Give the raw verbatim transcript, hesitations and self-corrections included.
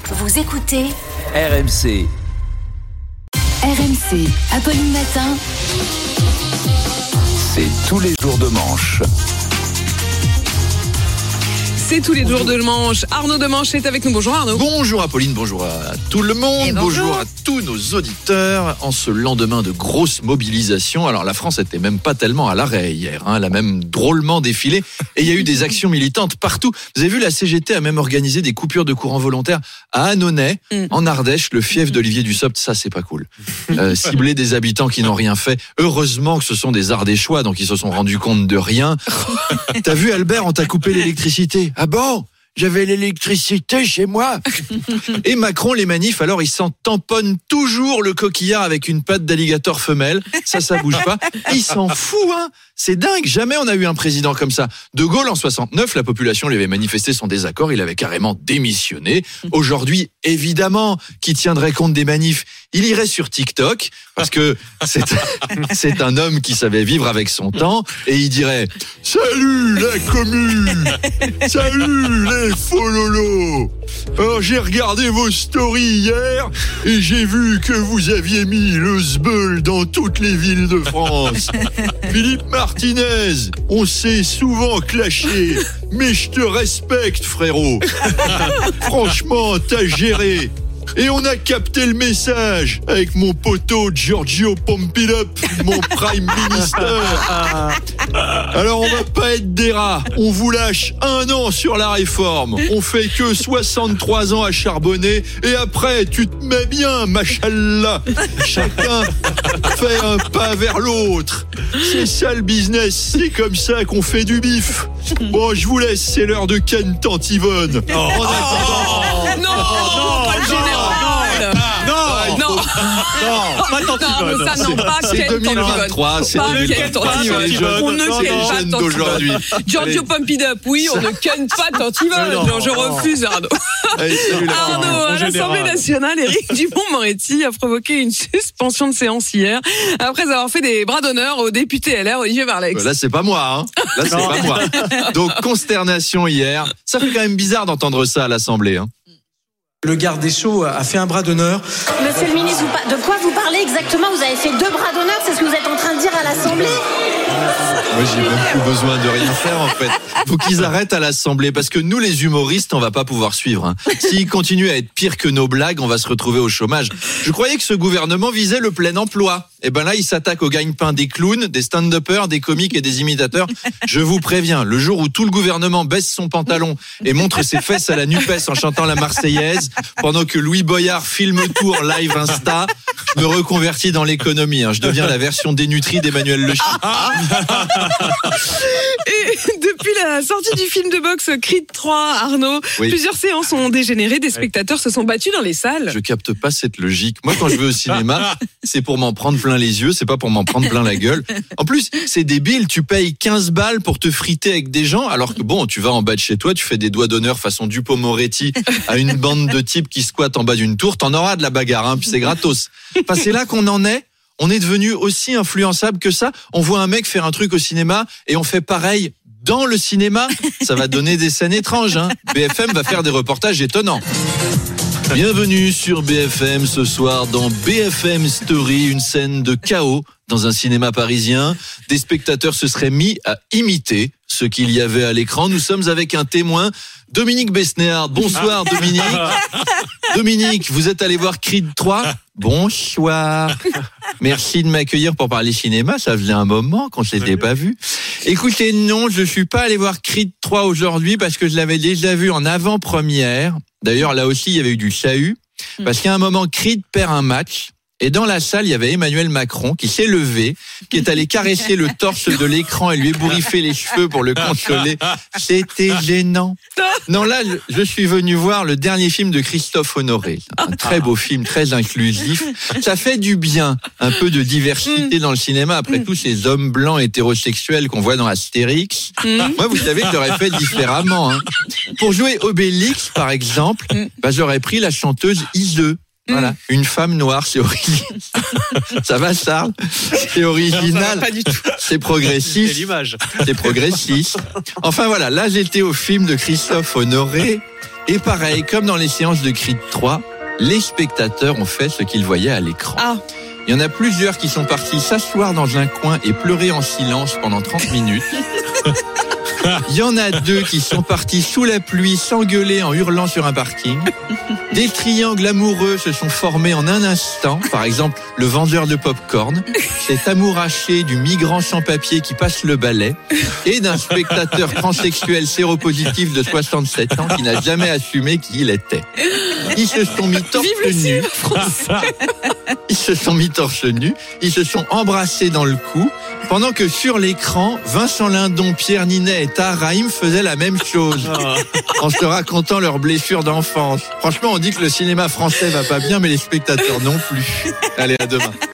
Vous écoutez R M C. R M C, Apolline Matin. C'est tous les jours de manche. C'est tous les jours de manche. Arnaud de Manche est avec nous. Bonjour Arnaud. Bonjour Apolline, bonjour à tout le monde, bonjour. bonjour à tous nos auditeurs. En ce lendemain de grosse mobilisation, alors la France était même pas tellement à l'arrêt hier, hein, elle a même drôlement défilé et il y a eu des actions militantes partout. Vous avez vu, la C G T a même organisé des coupures de courant volontaire à Annonay, mm. en Ardèche, le fief d'Olivier Dussopt. Ça, c'est pas cool. Euh, cibler des habitants qui n'ont rien fait. Heureusement que ce sont des Ardéchois, donc ils se sont rendus compte de rien. T'as vu Albert, on t'a coupé l'électricité. Ah bon ? J'avais l'électricité chez moi. Et Macron, les manifs, alors ils s'en tamponnent toujours le coquillard avec une patte d'alligator femelle. Ça, ça bouge pas. Il s'en fout, hein. C'est dingue. Jamais on a eu un président comme ça. De Gaulle, en soixante-neuf, la population lui avait manifesté son désaccord. Il avait carrément démissionné. Aujourd'hui, évidemment, qui tiendrait compte des manifs, il irait sur TikTok parce que c'est, c'est un homme qui savait vivre avec son temps et il dirait « Salut la commune, salut les faux lolos. Alors j'ai regardé vos stories hier et j'ai vu que vous aviez mis le sbeul dans toutes les villes de France. Philippe Martinez, on s'est souvent clashé, mais je te respecte frérot. Franchement, t'as géré. Et on a capté le message avec mon poteau Giorgio Pompidou, mon prime minister. Alors on va pas être des rats. On vous lâche un an sur la réforme. On fait que soixante-trois ans à charbonner. Et après, tu te mets bien, machallah. Chacun fait un pas vers l'autre. C'est ça le business. C'est comme ça qu'on fait du bif. Bon, je vous laisse. C'est l'heure de Ken Tantivonne. Oh, en attendant... Oh, non, non, pas le général. Non, non, non, pas Tantivonne. Ça, non, pas c'est deux mille vingt-trois, c'est deux mille vingt-trois. On ne ken pas d'aujourd'hui. Giorgio Pompidou, oui, on ne ken pas Tantivonne. Non, je refuse, Arnaud. Allez, salut, Arnaud, à l'Assemblée nationale, Éric Dupond-Moretti a provoqué une suspension de séance hier après avoir fait des bras d'honneur au député L R Olivier Marleix. Là, c'est pas moi, hein. Là, c'est pas moi. Donc, consternation hier. Ça fait quand même bizarre d'entendre ça à l'Assemblée, hein. Le garde des Sceaux a fait un bras d'honneur. Monsieur le ministre, de quoi vous parlez exactement ? Vous avez fait deux bras d'honneur, c'est ce que vous êtes en train de dire à l'Assemblée ? Moi, j'ai même plus besoin de rien faire, en fait. Faut qu'ils arrêtent à l'Assemblée, parce que nous, les humoristes, on va pas pouvoir suivre, hein. S'ils continuent à être pires que nos blagues, on va se retrouver au chômage. Je croyais que ce gouvernement visait le plein emploi. Et ben là, il s'attaque au gagne-pain des clowns, des stand-uppers, des comiques et des imitateurs. Je vous préviens, le jour où tout le gouvernement baisse son pantalon et montre ses fesses à la NUPES en chantant la Marseillaise, pendant que Louis Boyard filme tout en live Insta, je me reconvertis dans l'économie, hein. Je deviens la version dénutrie d'Emmanuel Le Chip. Et depuis la sortie du film de boxe Creed trois, Arnaud, oui. Plusieurs séances ont dégénéré, des spectateurs se sont battus dans les salles. Je capte pas cette logique. Moi, quand je vais au cinéma, c'est pour m'en prendre plein les yeux, c'est pas pour m'en prendre plein la gueule. En plus, c'est débile, tu payes quinze balles pour te friter avec des gens, alors que bon, tu vas en bas de chez toi, tu fais des doigts d'honneur façon Dupond-Moretti à une bande de types qui squattent en bas d'une tour, t'en auras de la bagarre, hein, puis c'est gratos. Enfin, c'est là qu'on en est. On est devenu aussi influençable que ça. On voit un mec faire un truc au cinéma et on fait pareil dans le cinéma. Ça va donner des scènes étranges, hein. B F M va faire des reportages étonnants. Bienvenue sur B F M ce soir dans B F M Story, une scène de chaos dans un cinéma parisien. Des spectateurs se seraient mis à imiter ce qu'il y avait à l'écran. Nous sommes avec un témoin, Dominique Besnéard. Bonsoir Dominique. Dominique, vous êtes allé voir Creed trois ? Bonsoir. Merci de m'accueillir pour parler cinéma. Ça faisait un moment qu'on ne s'était pas vu. Écoutez, non, je ne suis pas allé voir Creed trois aujourd'hui parce que je l'avais déjà vu en avant-première. D'ailleurs, là aussi, il y avait eu du chahut. Parce qu'à un moment, Creed perd un match. Et dans la salle, il y avait Emmanuel Macron qui s'est levé, qui est allé caresser le torse de l'écran et lui ébouriffer les cheveux pour le consoler. C'était gênant. Non, là, je suis venu voir le dernier film de Christophe Honoré. Un très beau film, très inclusif. Ça fait du bien, un peu de diversité dans le cinéma, après tous ces hommes blancs hétérosexuels qu'on voit dans Astérix. Moi, vous savez, j'aurais fait différemment, hein. Pour jouer Obélix, par exemple, bah, j'aurais pris la chanteuse Iseu. Voilà, une femme noire, c'est original. Ça va, Charles? C'est original. Pas du tout. C'est progressiste. C'est l'image. C'est progressiste. Enfin voilà, là j'étais au film de Christophe Honoré. Et pareil, comme dans les séances de Creed trois, les spectateurs ont fait ce qu'ils voyaient à l'écran. Ah. Il y en a plusieurs qui sont partis s'asseoir dans un coin et pleurer en silence pendant trente minutes. Il y en a deux qui sont partis sous la pluie s'engueuler en hurlant sur un parking. Des triangles amoureux se sont formés en un instant. Par exemple, le vendeur de pop-corn, cet amouraché du migrant sans papier qui passe le balai et d'un spectateur transsexuel séropositif de soixante-sept ans qui n'a jamais assumé qui il était. Ils se sont mis torse nu. Ils se sont mis torse nu. Ils se sont embrassés dans le cou. Pendant que sur l'écran, Vincent Lindon, Pierre Ninet et Tahar Rahim faisaient la même chose, en se racontant leurs blessures d'enfance. Franchement, on dit que le cinéma français va pas bien, mais les spectateurs non plus. Allez, à demain.